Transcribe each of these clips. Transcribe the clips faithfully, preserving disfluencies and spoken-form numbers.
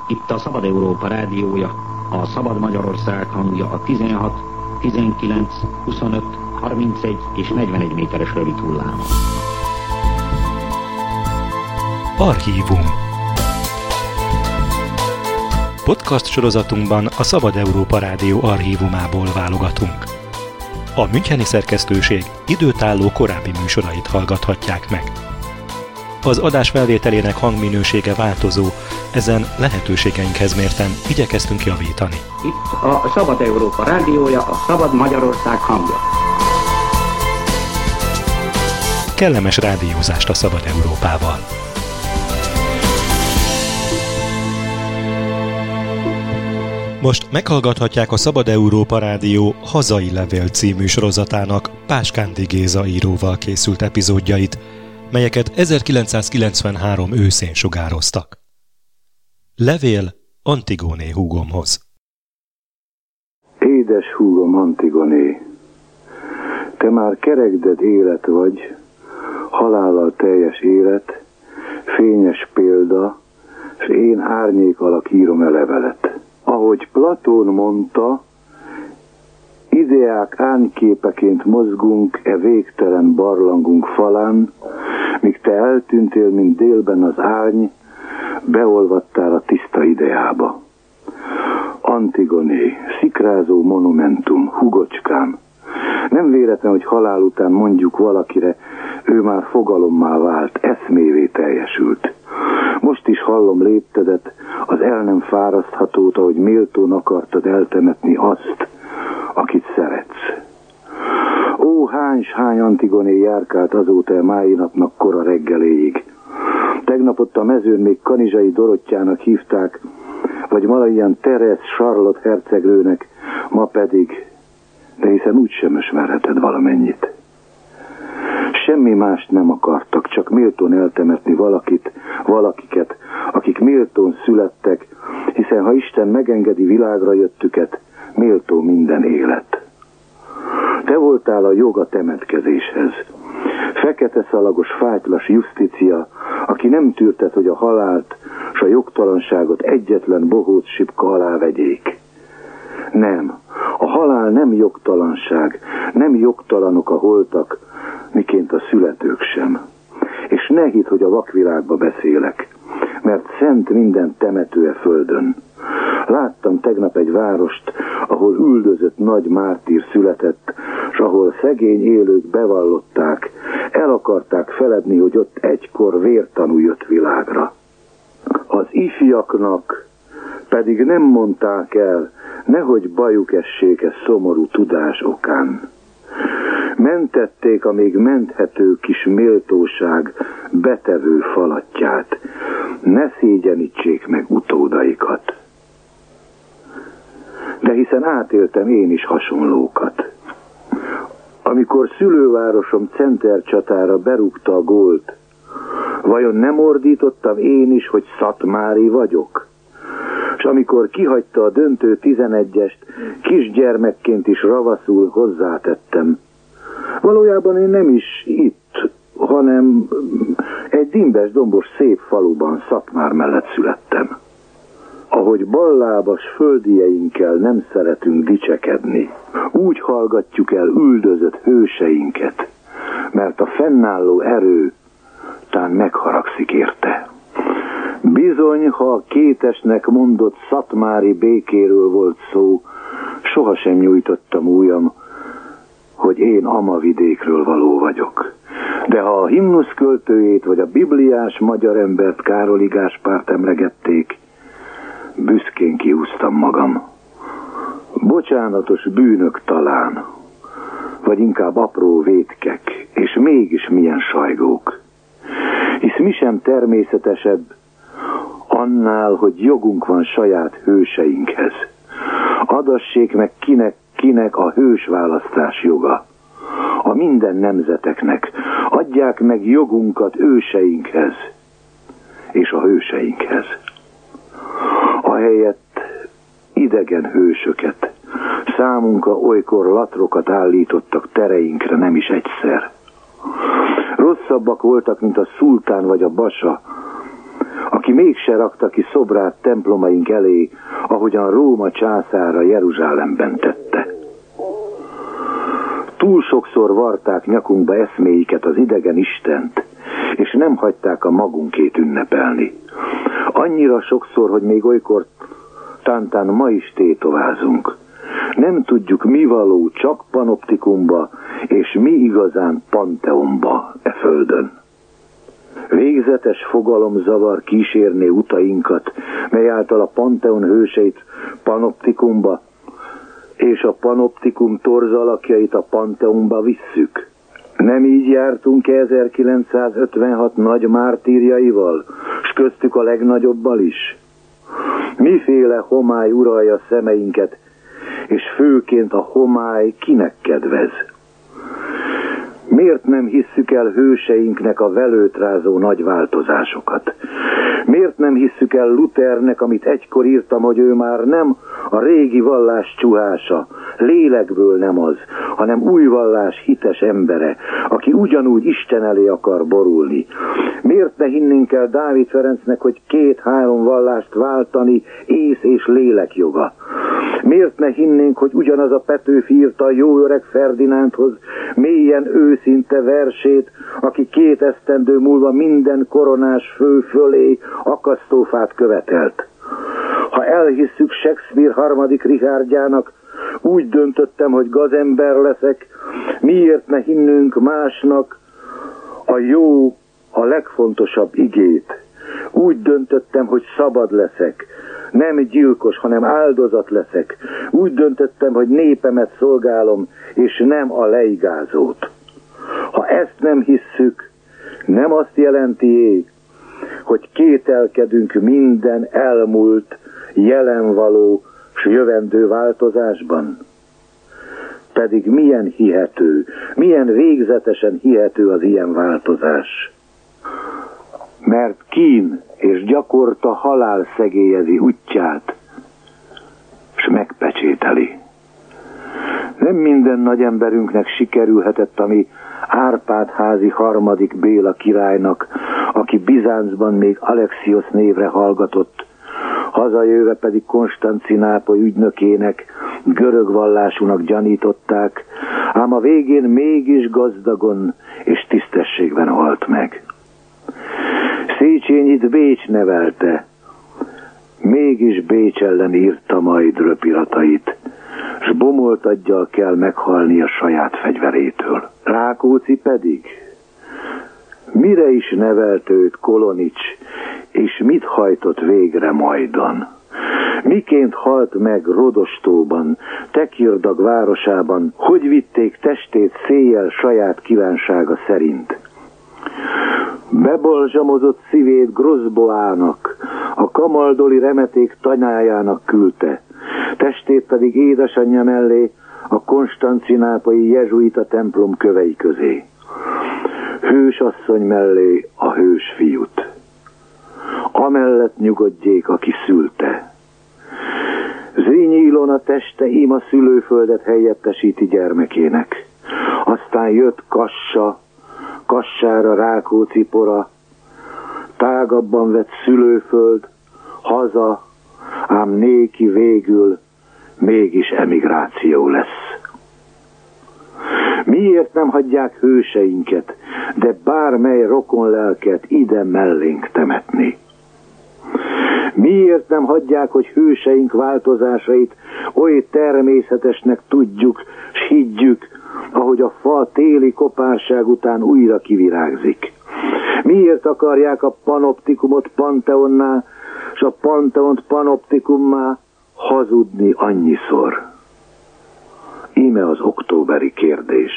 Itt a Szabad Európa rádiója, a Szabad Magyarország hangja a tizenhat, tizenkilenc, huszonöt, harmincegy és negyvenegy méteres rövid hullámon. Archívum. Podcast sorozatunkban a Szabad Európa Rádió archívumából válogatunk. A müncheni szerkesztőség időtálló korábbi műsorait hallgathatják meg. Az adás felvételének hangminősége változó, ezen lehetőségeinkhez mérten igyekeztünk javítani. Itt a Szabad Európa rádiója, a Szabad Magyarország hangja. Kellemes rádiózást a Szabad Európával! Most meghallgathatják a Szabad Európa Rádió Hazai Levél című sorozatának Páskándi Géza íróval készült epizódjait, melyeket ezerkilencszázkilencvenhárom őszén sugároztak. Levél Antigóné húgomhoz. Édes húgom Antigóné, te már kerekded élet vagy, halállal teljes élet, fényes példa, s én árnyék alak írom e levelet. Ahogy Platón mondta, ideák árnyképeként mozgunk e végtelen barlangunk falán, míg te eltűntél, mint délben az árny, beolvadtál a tiszta ideába. Antigóné, szikrázó monumentum, hugocskám, nem véletlen, hogy halál után mondjuk valakire, ő már fogalommá vált, eszmévé teljesült. Most is hallom léptedet, az el nem fáraszthatót, ahogy méltón akartad eltemetni azt, akit szeretsz. Ó, hány s hány Antigóné járkált azóta a mái napnak kora reggeléig. Tegnap ott a mezőn még Kanizsai Dorottyának hívták, vagy valahilyen Teréz Charlotte hercegnőnek, ma pedig, de hiszen úgysem ismerheted valamennyit. Semmi mást nem akartak, csak méltón eltemetni valakit, valakiket, akik méltón születtek, hiszen ha Isten megengedi világra jöttüket, méltó minden élet. Te voltál a jog a temetkezéshez. Fekete szalagos fátylas Justícia, aki nem tűrted, hogy a halált s a jogtalanságot egyetlen bohóc sipka alá vegyék. Nem, a halál nem jogtalanság, nem jogtalanok a holtak, miként a születők sem. És ne hidd, hogy a vakvilágba beszélek, mert szent minden temetőe földön. Láttam tegnap egy várost, ahol üldözött nagy mártír született, s ahol szegény élők bevallották, el akarták feledni, hogy ott egykor vértanú jött világra. Az ifjaknak pedig nem mondták el, nehogy bajuk essék e szomorú tudás okán. Mentették a még menthető kis méltóság betevő falatját, ne szégyenítsék meg utódaikat. De hiszen átéltem én is hasonlókat. Amikor szülővárosom Center csatára berúgta a gólt, vajon nem ordítottam én is, hogy szatmári vagyok? És amikor kihagyta a döntő tizenegyest, kisgyermekként is ravaszul hozzátettem. Valójában én nem is itt, hanem egy dimbes dombos szép faluban, Szatmár mellett születtem. Ahogy ballábas földijeinkkel nem szeretünk dicsekedni, úgy hallgatjuk el üldözött hőseinket, mert a fennálló erő tán megharagszik érte. Bizony, ha a kétesnek mondott szatmári békéről volt szó, sohasem nyújtottam ujjam, hogy én Amavidékről való vagyok. De ha a himnusz költőjét vagy a bibliás magyar embert, Károli Gáspárt emlegették, büszkén kihúztam magam. Bocsánatos bűnök talán, vagy inkább apró vétkek, és mégis milyen sajgók. Hisz mi sem természetesebb annál, hogy jogunk van saját hőseinkhez. Adassék meg kinek, kinek a hősválasztás joga. A minden nemzeteknek adják meg jogunkat őseinkhez és a hőseinkhez. Ahelyett idegen hősöket, számunkra olykor latrokat állítottak tereinkre nem is egyszer. Rosszabbak voltak, mint a szultán vagy a basa, aki mégse rakta ki szobrát templomaink elé, ahogyan Róma császára Jeruzsálemben tette. Túl sokszor varták nyakunkba eszméiket az idegen Istent, és nem hagyták a magunkét ünnepelni. Annyira sokszor, hogy még olykor tántán ma is tétovázunk. Nem tudjuk, mi való csak panoptikumba, és mi igazán panteonba e földön. Végzetes fogalomzavar kísérné utainkat, mely által a panteon hőseit panoptikumba, és a panoptikum torzalakjait a panteonba visszük. Nem így jártunk ezerkilencszázötvenhat nagy mártírjaival, s köztük a legnagyobbal is? Miféle homály uralja szemeinket, és főként a homály kinek kedvez? Miért nem hisszük el hőseinknek a velőt rázó nagy változásokat? Miért nem hisszük el Luthernek, amit egykor írtam, hogy ő már nem a régi vallás csuhása, lélekből nem az, hanem új vallás hites embere, aki ugyanúgy Isten elé akar borulni? Miért ne hinnénk el Dávid Ferencnek, hogy két-három vallást váltani ész és lélek joga? Miért ne hinnénk, hogy ugyanaz a Petőfi írta a jó öreg Ferdinándhoz mélyen őszinte versét, aki két esztendő múlva minden koronás fő fölé akasztófát követelt? Ha elhisszük Shakespeare harmadik Richardjának, úgy döntöttem, hogy gazember leszek, miért ne hinnünk másnak a jó, a legfontosabb igét? Úgy döntöttem, hogy szabad leszek, nem gyilkos, hanem áldozat leszek. Úgy döntöttem, hogy népemet szolgálom, és nem a leigázót. Ha ezt nem hisszük, nem azt jelenti, hogy kételkedünk minden elmúlt, jelenvaló s jövendő változásban. Pedig milyen hihető, milyen végzetesen hihető az ilyen változás. Mert kín és gyakorta halál szegélyezi útját, s megpecsételi. Nem minden nagy emberünknek sikerülhetett, ami Árpád házi harmadik Béla királynak, aki Bizáncban még Alexios névre hallgatott, hazajöve pedig Konstancinápoly ügynökének, görög vallásúnak gyanították, ám a végén mégis gazdagon és tisztességben halt meg. Széchenyit Bécs nevelte, mégis Bécs ellen írta majd röpiratait, s bomoltaggyal kell meghalni a saját fegyverétől. Rákóczi pedig, mire is nevelt őt Kolonics, és mit hajtott végre majdan? Miként halt meg Rodostóban, Tekirdag városában, hogy vitték testét széjjel saját kívánsága szerint? Bebolzsamozott szívét Grozboának, a kamaldoli remeték tanyájának küldte, testét pedig édesanyja mellé a konstancinápolyi jezsuita templom kövei közé. Hősasszony mellé a hős fiút. Amellett nyugodjék, aki szülte. Zrínyi Ilona teste ím a szülőföldet helyettesíti gyermekének. Aztán jött Kassa, Kassára Rákóczi pora, tágabban vett szülőföld, haza, ám néki végül mégis emigráció lesz. Miért nem hagyják hőseinket, de bármely rokon lelket ide mellénk temetni? Miért nem hagyják, hogy hőseink változásait oly természetesnek tudjuk, s higgyük, ahogy a fa téli kopárság után újra kivirágzik? Miért akarják a panoptikumot panteonná, s a panteont panoptikummá hazudni annyiszor? Íme az októberi kérdés.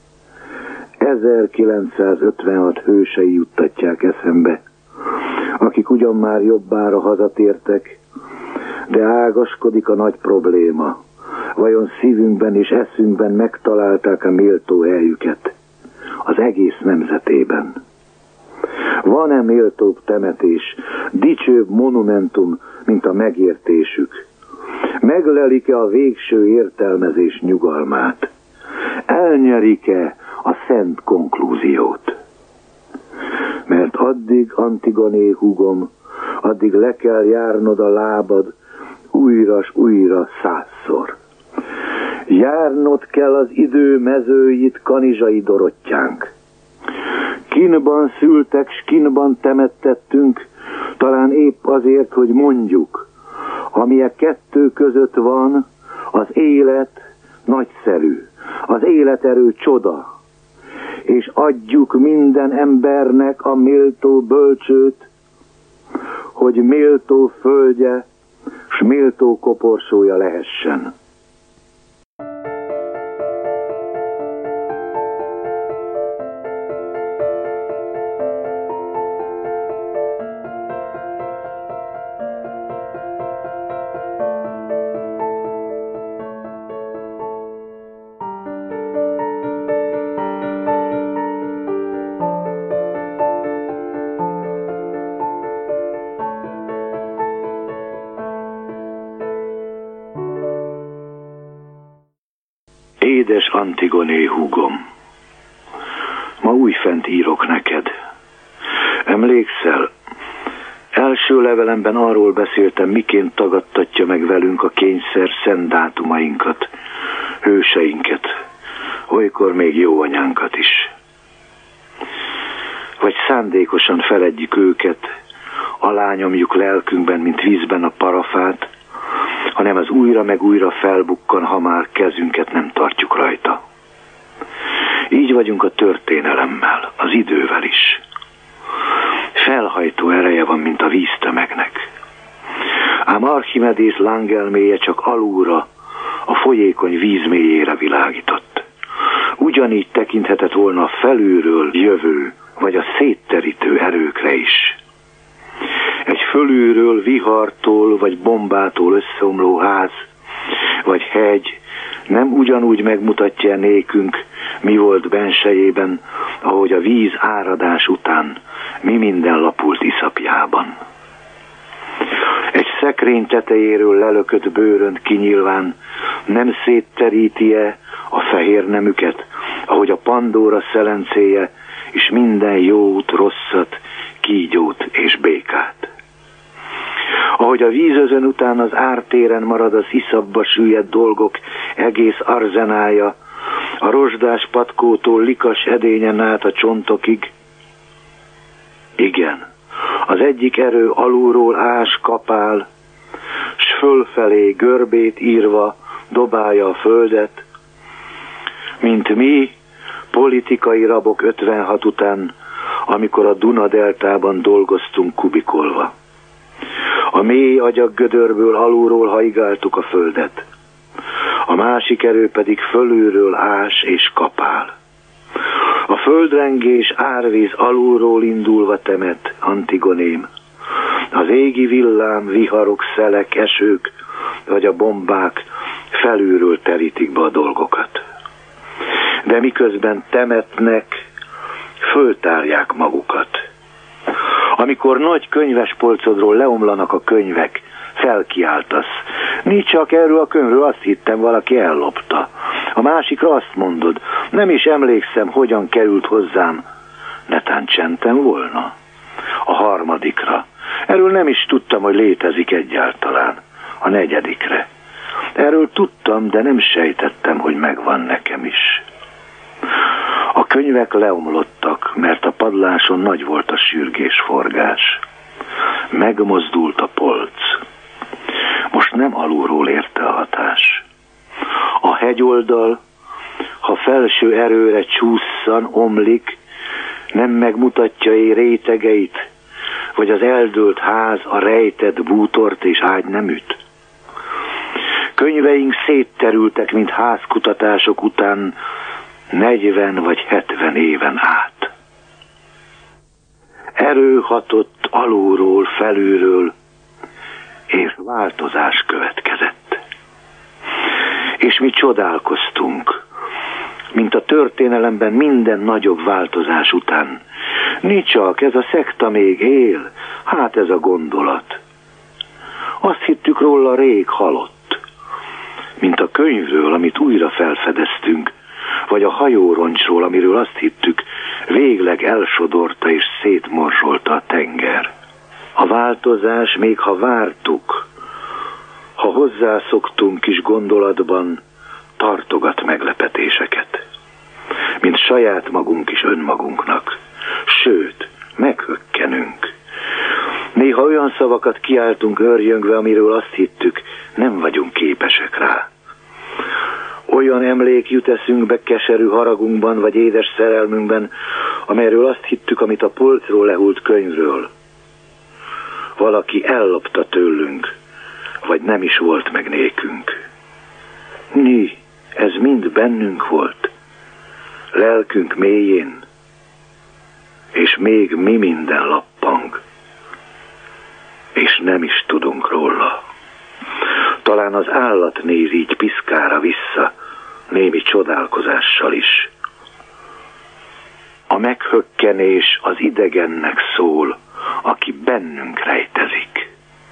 ezerkilencszázötvenhat hősei juttatják eszembe, akik ugyan már jobbára hazatértek, de ágaskodik a nagy probléma. Vajon szívünkben és eszünkben megtalálták a méltó helyüket az egész nemzetében? Van-e méltóbb temetés, dicsőbb monumentum, mint a megértésük? Meglelik-e a végső értelmezés nyugalmát? Elnyerik-e a szent konklúziót? Mert addig, Antigoné húgom, addig le kell járnod a lábad újra s újra százszor. Járnod kell az idő mezőit, kanizsai Dorottyánk. Kínban szültek, s kínban temettettünk, talán épp azért, hogy mondjuk, ami a kettő között van, az élet nagyszerű, az életerő csoda, és adjuk minden embernek a méltó bölcsőt, hogy méltó földje, s méltó koporsója lehessen. Édes Antigoné húgom, ma újfent írok neked. Emlékszel, első levelemben arról beszéltem, miként tagadtatja meg velünk a kényszer szent dátumainkat, hőseinket, olykor még jó anyánkat is. Vagy szándékosan feledjük őket, alányomjuk lelkünkben, mint vízben a parafát, hanem az újra meg újra felbukkan, ha már kezünket nem tartjuk rajta. Így vagyunk a történelemmel, az idővel is. Felhajtó ereje van, mint a víztömegnek. Ám Archimedész lángelméje csak alulra, a folyékony víz mélyére világított. Ugyanígy tekinthetett volna a felülről jövő, vagy a szétterítő erőkre is. Egy fölülről, vihartól vagy bombától összeomló ház, vagy hegy nem ugyanúgy megmutatja nékünk, mi volt bensejében, ahogy a víz áradás után mi minden lapult iszapjában. Egy szekrény tetejéről lelökött bőrönt kinyilván nem szétteríti-e a fehér nemüket, ahogy a Pandóra szelencéje és minden jót, rosszat, kígyót és békát. Ahogy a vízözön után az ártéren marad az iszapba süllyedt dolgok egész arzenája, a rozsdás patkótól likas edényen át a csontokig. Igen, az egyik erő alulról ás, kapál, s fölfelé görbét írva dobálja a földet, mint mi, politikai rabok ötvenhat után, amikor a Duna-deltában dolgoztunk kubikolva. A mély agyaggödörből alulról haigáltuk a földet. A másik erő pedig fölülről ás és kapál. A földrengés árvíz alulról indulva temet, Antigoném. Az égi villám, viharok, szelek, esők, vagy a bombák felülről terítik be a dolgokat. De miközben temetnek, föltárják magukat. Amikor nagy könyvespolcodról leomlanak a könyvek, felkiáltasz. Nincs csak erről a könyvről, azt hittem, valaki ellopta. A másikra azt mondod, nem is emlékszem, hogyan került hozzám. Netán csentem volna. A harmadikra. Erről nem is tudtam, hogy létezik egyáltalán. A negyedikre. Erről tudtam, de nem sejtettem, hogy megvan nekem is. A könyvek leomlottak, mert a padláson nagy volt a sürgés-forgás. Megmozdult a polc. Most nem alulról érte a hatás. A hegyoldal, ha felső erőre csúszszan, omlik, nem megmutatja-e rétegeit, vagy az eldőlt ház a rejtett bútort és ágy nem üt. Könyveink szétterültek, mint házkutatások után, negyven vagy hetven éven át. Erő hatott alulról, felülről, és változás következett. És mi csodálkoztunk, mint a történelemben minden nagyobb változás után. Nicsak, ez a szekta még él, hát ez a gondolat. Azt hittük róla, rég halott, mint a könyvről, amit újra felfedeztünk, vagy a hajóroncsról, amiről azt hittük, végleg elsodorta és szétmorzsolta a tenger. A változás, még ha vártuk, ha hozzászoktunk kis gondolatban, tartogat meglepetéseket, mint saját magunk is önmagunknak, sőt, meghökkenünk. Néha olyan szavakat kiáltunk örjöngve, amiről azt hittük, nem vagyunk képesek rá. Olyan emlék jut eszünkbe keserű haragunkban, vagy édes szerelmünkben, amelyről azt hittük, amit a polcról lehult könyvről. Valaki ellopta tőlünk, vagy nem is volt meg nékünk. Mi, ez mind bennünk volt, lelkünk mélyén, és még mi minden lappang, és nem is tudunk róla. Talán az állat néz így piszkára vissza, némi csodálkozással is. A meghökkenés az idegennek szól, aki bennünk rejtezik.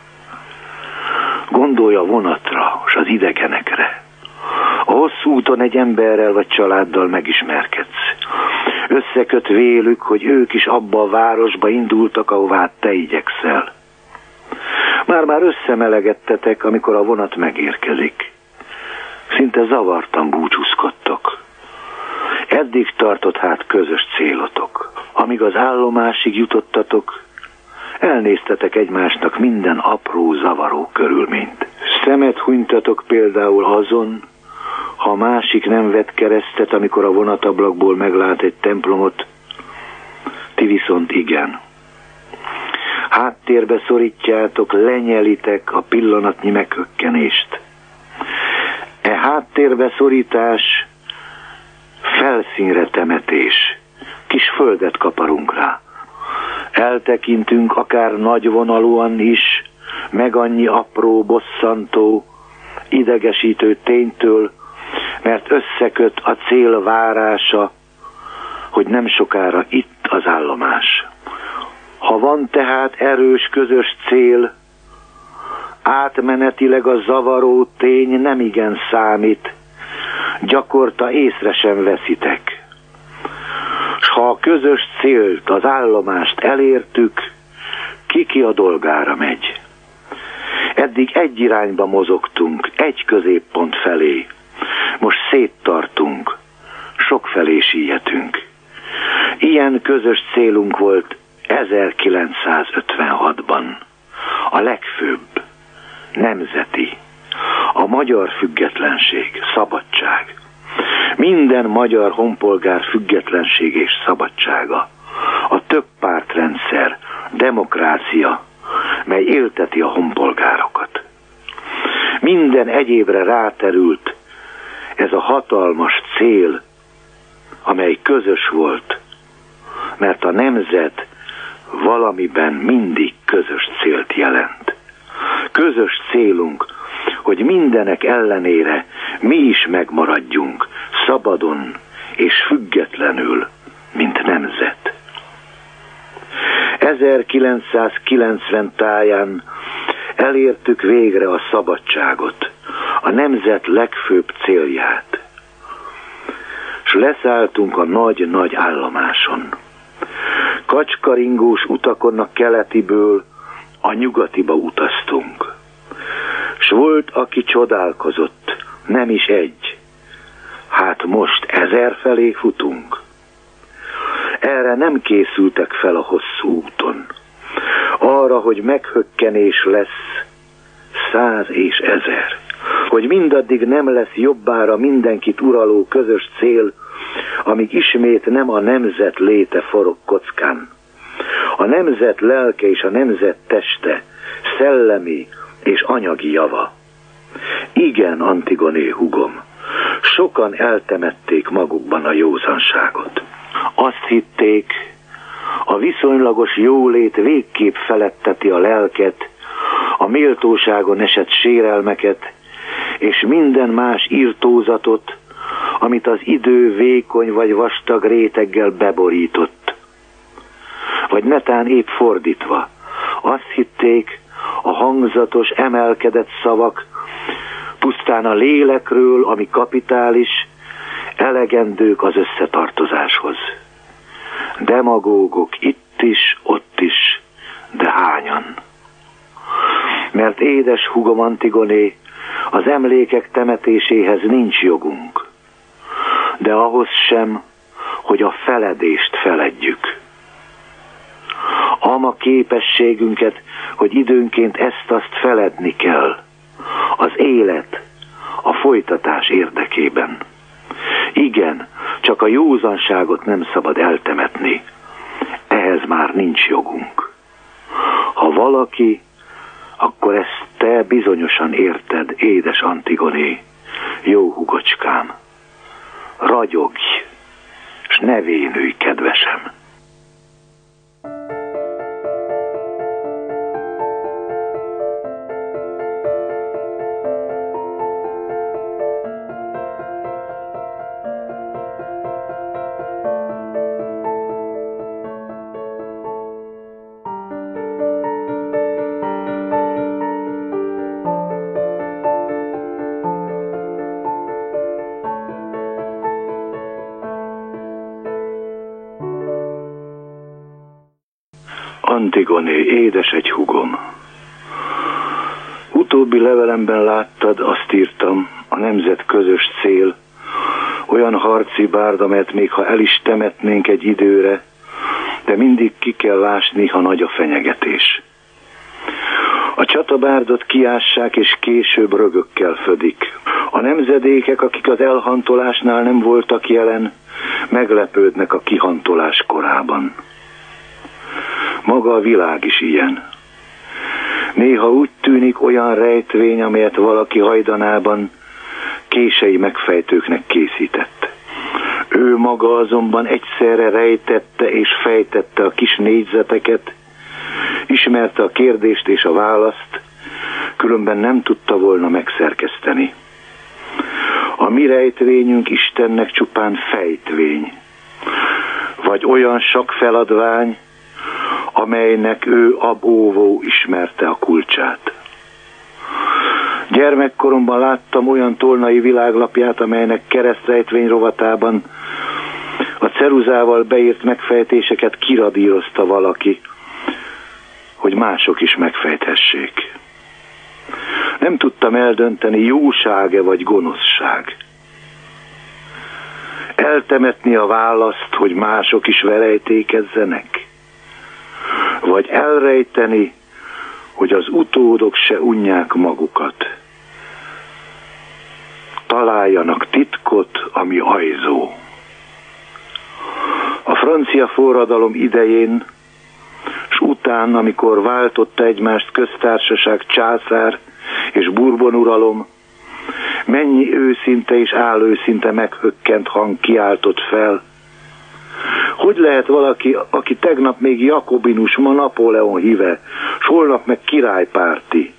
Gondolj a vonatra, s az idegenekre. A hosszú úton egy emberrel vagy családdal megismerkedsz. Összeköt vélük, hogy ők is abba a városba indultak, ahová te igyekszel. Már-már összemelegettetek, amikor a vonat megérkezik. Szinte zavartan búcsúzkodtok. Eddig tartott hát közös célotok. Amíg az állomásig jutottatok, elnéztetek egymásnak minden apró, zavaró körülményt. Szemet hunytatok például azon, ha a másik nem vett keresztet, amikor a vonatablakból meglát egy templomot, ti viszont igen. Háttérbe szorítjátok, lenyelitek a pillanatnyi meghökkenést. E háttérbe szorítás felszínre temetés, kis földet kaparunk rá. Eltekintünk akár nagyvonalúan is, meg annyi apró, bosszantó, idegesítő ténytől, mert összeköt a cél várása, hogy nem sokára itt az állomás. Ha van tehát erős közös cél, átmenetileg a zavaró tény nem igen számít, gyakorta észre sem veszitek. S ha a közös célt, az állomást elértük, ki-ki a dolgára megy. Eddig egy irányba mozogtunk, egy középpont felé. Most széttartunk, sokfelé sietünk. Ilyen közös célunk volt ezerkilencszázötvenhatban. A legfőbb, nemzeti, a magyar függetlenség, szabadság. Minden magyar honpolgár függetlenség és szabadsága. A többpártrendszer, demokrácia, mely élteti a honpolgárokat. Minden egyébre ráterült ez a hatalmas cél, amely közös volt, mert a nemzet valamiben mindig közös célt jelent. Közös célunk, hogy mindenek ellenére mi is megmaradjunk, szabadon és függetlenül, mint nemzet. ezerkilencszázkilencven táján elértük végre a szabadságot, a nemzet legfőbb célját, s leszálltunk a nagy-nagy állomáson. Kacskaringós utakon a keletiből a nyugatiba utaztunk. S volt, aki csodálkozott, nem is egy, hát most ezer felé futunk. Erre nem készültek fel a hosszú úton. Arra, hogy meghökkenés lesz száz és ezer. Hogy mindaddig nem lesz jobbára mindenkit uraló közös cél, amíg ismét nem a nemzet léte forog kockán. A nemzet lelke és a nemzet teste, szellemi és anyagi java. Igen, Antigoné húgom, sokan eltemették magukban a józanságot. Azt hitték, a viszonylagos jólét végképp feletteti a lelket, a méltóságon esett sérelmeket, és minden más irtózatot, amit az idő vékony vagy vastag réteggel beborított. Vagy netán épp fordítva, azt hitték, a hangzatos, emelkedett szavak pusztán a lélekről, ami kapitális, elegendők az összetartozáshoz. Demagógok itt is, ott is, de hányan? Mert édes húgom Antigoné, az emlékek temetéséhez nincs jogunk, de ahhoz sem, hogy a feledést feledjük. Ama képességünket, hogy időnként ezt-azt feledni kell, az élet, a folytatás érdekében. Igen, csak a józanságot nem szabad eltemetni, ehhez már nincs jogunk. Ha valaki, akkor ezt te bizonyosan érted, édes Antigoné, jó hugocskám. Ragyogj, s ne vénülj, kedvesem! Antigoné, édes egy húgom. Utóbbi levelemben láttad, azt írtam, a nemzet közös cél, olyan harci bárd, amelyet még ha el is temetnénk egy időre, de mindig ki kell ásni, ha nagy a fenyegetés. A csatabárdot kiássák, és később rögökkel födik. A nemzedékek, akik az elhantolásnál nem voltak jelen, meglepődnek a kihantolás korában. Maga a világ is ilyen. Néha úgy tűnik olyan rejtvény, amelyet valaki hajdanában kései megfejtőknek készített. Ő maga azonban egyszerre rejtette és fejtette a kis négyzeteket, ismerte a kérdést és a választ, különben nem tudta volna megszerkeszteni. A mi rejtvényünk Istennek csupán fejtvény, vagy olyan sok feladvány, amelynek ő abóvó ismerte a kulcsát. Gyermekkoromban láttam olyan tolnai világlapját, amelynek keresztrejtvény rovatában a ceruzával beírt megfejtéseket kiradírozta valaki, hogy mások is megfejthessék. Nem tudtam eldönteni, jóság-e vagy gonoszság. Eltemetni a választ, hogy mások is verejtékezzenek, vagy elrejteni, hogy az utódok se unják magukat. Találjanak titkot, ami ajzó. A francia forradalom idején, s után, amikor váltotta egymást köztársaság, császár és Bourbon uralom, mennyi őszinte és álőszinte meghökkent hang kiáltott fel. Hogy lehet valaki, aki tegnap még jakobinus, ma Napóleon híve, s holnap meg királypárti?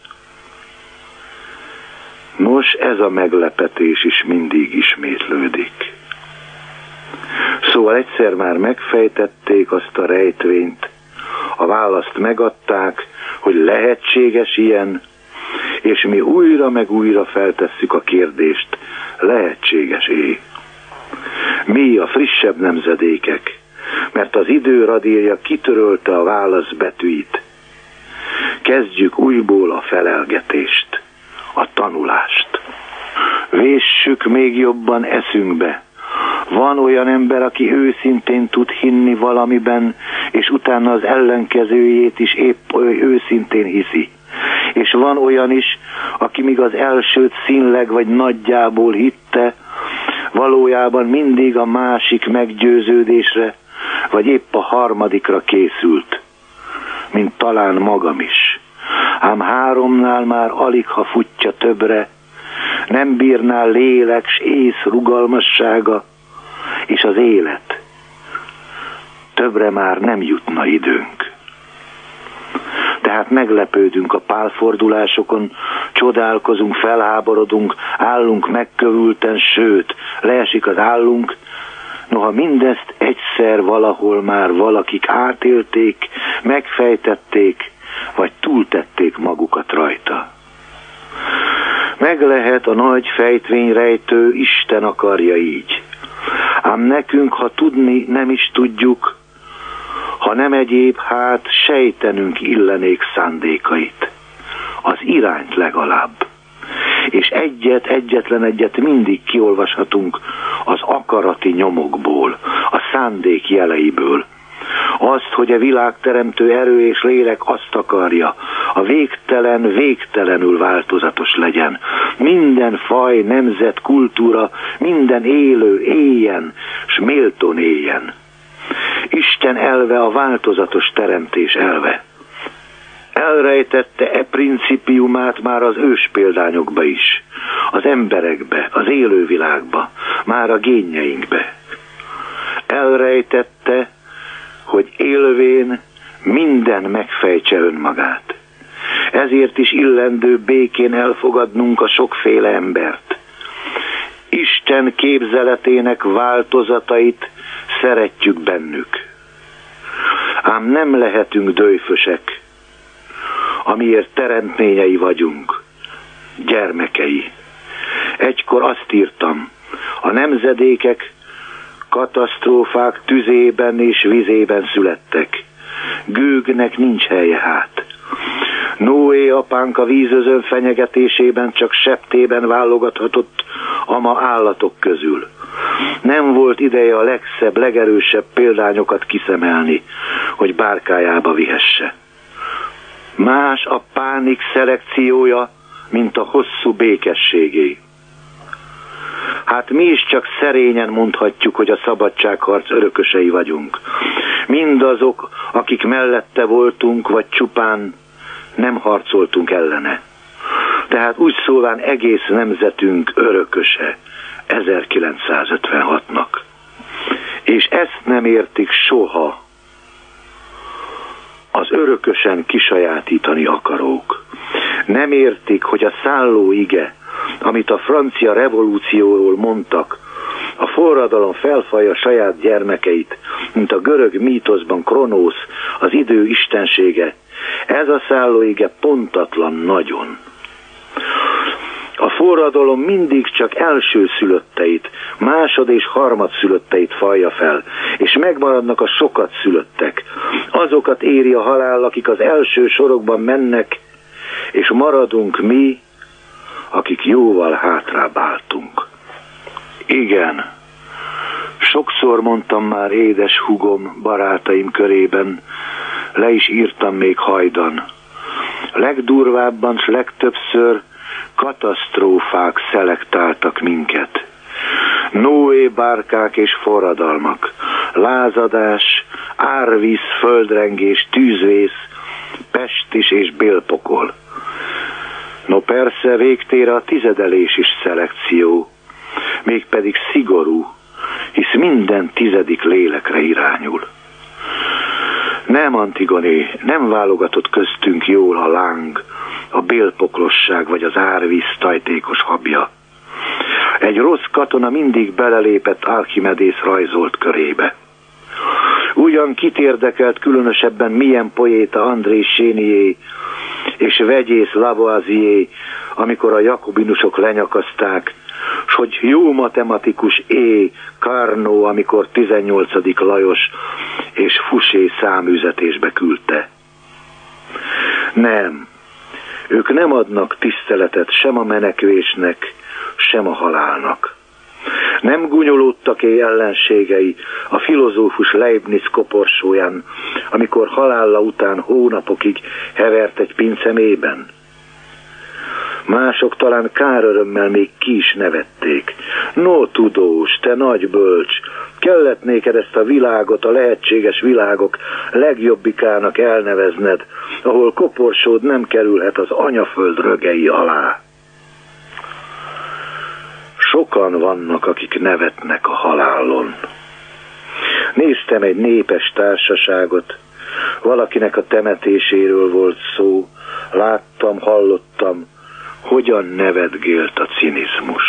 Nos, ez a meglepetés is mindig ismétlődik. Szóval egyszer már megfejtették azt a rejtvényt, a választ megadták, hogy lehetséges ilyen, és mi újra meg újra feltesszük a kérdést, lehetséges-é? Mi a frissebb nemzedékek, mert az idő radírja kitörölte a válasz betűit. Kezdjük újból a felelgetést, a tanulást. Véssük még jobban eszünkbe. Van olyan ember, aki őszintén tud hinni valamiben, és utána az ellenkezőjét is épp őszintén hiszi. És van olyan is, aki míg az elsőt színleg vagy nagyjából hitte, valójában mindig a másik meggyőződésre, vagy épp a harmadikra készült, mint talán magam is. Ám háromnál már alig ha futja többre, nem bírná lélek s ész rugalmassága, és az élet. Többre már nem jutna időnk. Tehát meglepődünk a pálfordulásokon, csodálkozunk, felháborodunk, állunk megkövülten, sőt, leesik az állunk, noha mindezt egyszer valahol már valakik átélték, megfejtették, vagy túltették magukat rajta. Meg lehet a nagy fejtvényrejtő, Isten akarja így. Ám nekünk, ha tudni nem is tudjuk, Ha nem egyéb, hát sejtenünk illenék szándékait, az irányt legalább. És egyet, egyetlen egyet mindig kiolvashatunk az akarati nyomokból, a szándék jeleiből. Azt, hogy a világteremtő erő és lélek azt akarja, a végtelen végtelenül változatos legyen. Minden faj, nemzet, kultúra, minden élő éljen, s méltón éljen. Isten elve a változatos teremtés elve. Elrejtette e principiumát már az ős példányokba is, az emberekbe, az élővilágba, már a génjeinkbe. Elrejtette, hogy élvén minden megfejtse önmagát. Ezért is illendő békén elfogadnunk a sokféle embert. Isten képzeletének változatait szeretjük bennük. Ám nem lehetünk döjfösek, amiért teremtményei vagyunk, gyermekei. Egykor azt írtam, a nemzedékek katasztrófák tüzében és vizében születtek. Gőgnek nincs helye hát. Noé apánk a vízözön fenyegetésében csak septében válogathatott a ma állatok közül. Nem volt ideje a legszebb, legerősebb példányokat kiszemelni, hogy bárkájába vihesse. Más a pánik szelekciója, mint a hosszú békességé. Hát mi is csak szerényen mondhatjuk, hogy a szabadságharc örökösei vagyunk. Mindazok, akik mellette voltunk, vagy csupán nem harcoltunk ellene. Tehát úgy szólván egész nemzetünk örököse ezerkilencszázötvenhatnak. És ezt nem értik soha az örökösen kisajátítani akarók. Nem értik, hogy a szálló ige, amit a francia revolúcióról mondtak, a forradalom felfalja saját gyermekeit, mint a görög mítoszban Kronosz, az idő istensége. Ez a szállóige pontatlan nagyon. A forradalom mindig csak elsőszülötteit, másod- és harmadszülötteit falja fel, és megmaradnak a sokat szülöttek. Azokat éri a halál, akik az első sorokban mennek, és maradunk mi, akik jóval hátrább álltunk. Igen, sokszor mondtam már édes húgom barátaim körében, le is írtam még hajdan. Legdurvábban s legtöbbször katasztrófák szelektáltak minket. Noé bárkák és forradalmak, lázadás, árvíz, földrengés, tűzvész, pestis és bélpokol. No persze végtére a tizedelés is szelekció, mégpedig szigorú, hisz minden tizedik lélekre irányul. Nem, Antigoné, nem válogatott köztünk jól a láng, a bélpoklosság vagy az árvíz tajtékos habja. Egy rossz katona mindig belelépett Archimedes rajzolt körébe. Ugyan kit érdekelt különösebben milyen poéta André Chénier és vegyész Lavoisier, amikor a jakobinusok lenyakazták, s hogy jó matematikus é. Carnot, amikor tizennyolcadik Lajos és Fouché száműzetésbe küldte. Nem, ők nem adnak tiszteletet sem a menekvésnek, sem a halálnak. Nem gúnyolódtak éj ellenségei a filozófus Leibniz koporsóján, amikor halála után hónapokig hevert egy pincemében. Mások talán kárörömmel még ki is nevették. No, tudós, te nagy bölcs, kellett néked ezt a világot, a lehetséges világok legjobbikának elnevezned, ahol koporsód nem kerülhet az anyaföld rögei alá. Sokan vannak, akik nevetnek a halálon. Néztem egy népes társaságot, valakinek a temetéséről volt szó, láttam, hallottam, hogyan nevetgélt a cinizmus.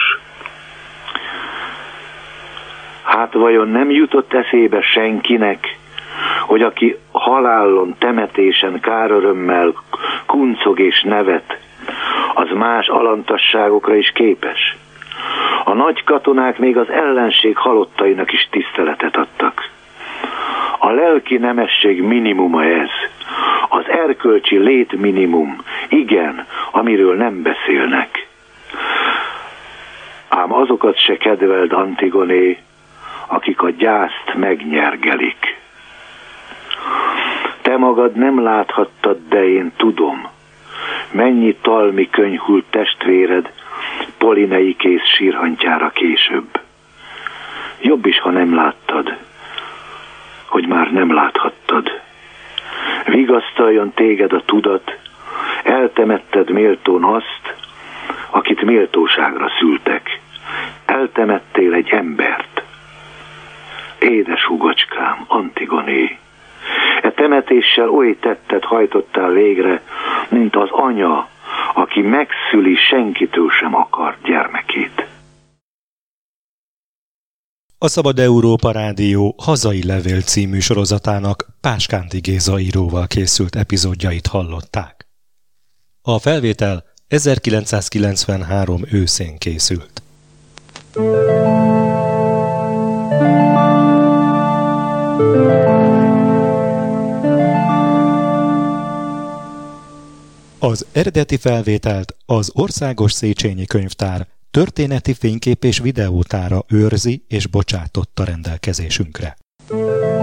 Hát vajon nem jutott eszébe senkinek, hogy aki halálon, temetésen, kárörömmel kuncog és nevet, az más alantasságokra is képes? A nagy katonák még az ellenség halottainak is tiszteletet adtak. A lelki nemesség minimuma ez. Az erkölcsi létminimum, igen, amiről nem beszélnek. Ám azokat se kedveld, Antigoné, akik a gyászt megnyergelik. Te magad nem láthattad, de én tudom, mennyi talmi könyhült testvéred Polineikész sírhantjára később. Jobb is, ha nem láttad, hogy már nem láthattad. Vigasztaljon téged a tudat, eltemetted méltón azt, akit méltóságra szültek. Eltemettél egy embert. Édes hugocskám, Antigoné, e temetéssel oly tettet hajtottál végre, mint az anya, aki megszüli, senkitől sem akar gyermekét. A Szabad Európa Rádió Hazai Levél című sorozatának Páskánti Géza íróval készült epizódjait hallották. A felvétel ezerkilencszázkilencvenhárom őszén készült. Az eredeti felvételt az Országos Széchenyi Könyvtár történeti fénykép és videótára őrzi és bocsátotta rendelkezésünkre.